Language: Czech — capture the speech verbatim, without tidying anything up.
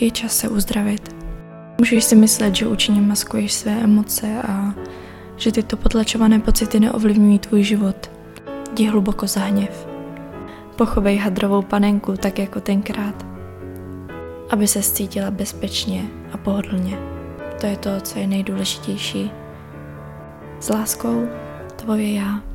Je čas se uzdravit. Můžeš si myslet, že účinně maskuješ své emoce a že tyto potlačované pocity neovlivňují tvůj život. Jdi hluboko za hněv. Pochovej hadrovou panenku tak jako tenkrát, aby se cítila bezpečně a pohodlně. To je to, co je nejdůležitější. S láskou, tvoje já.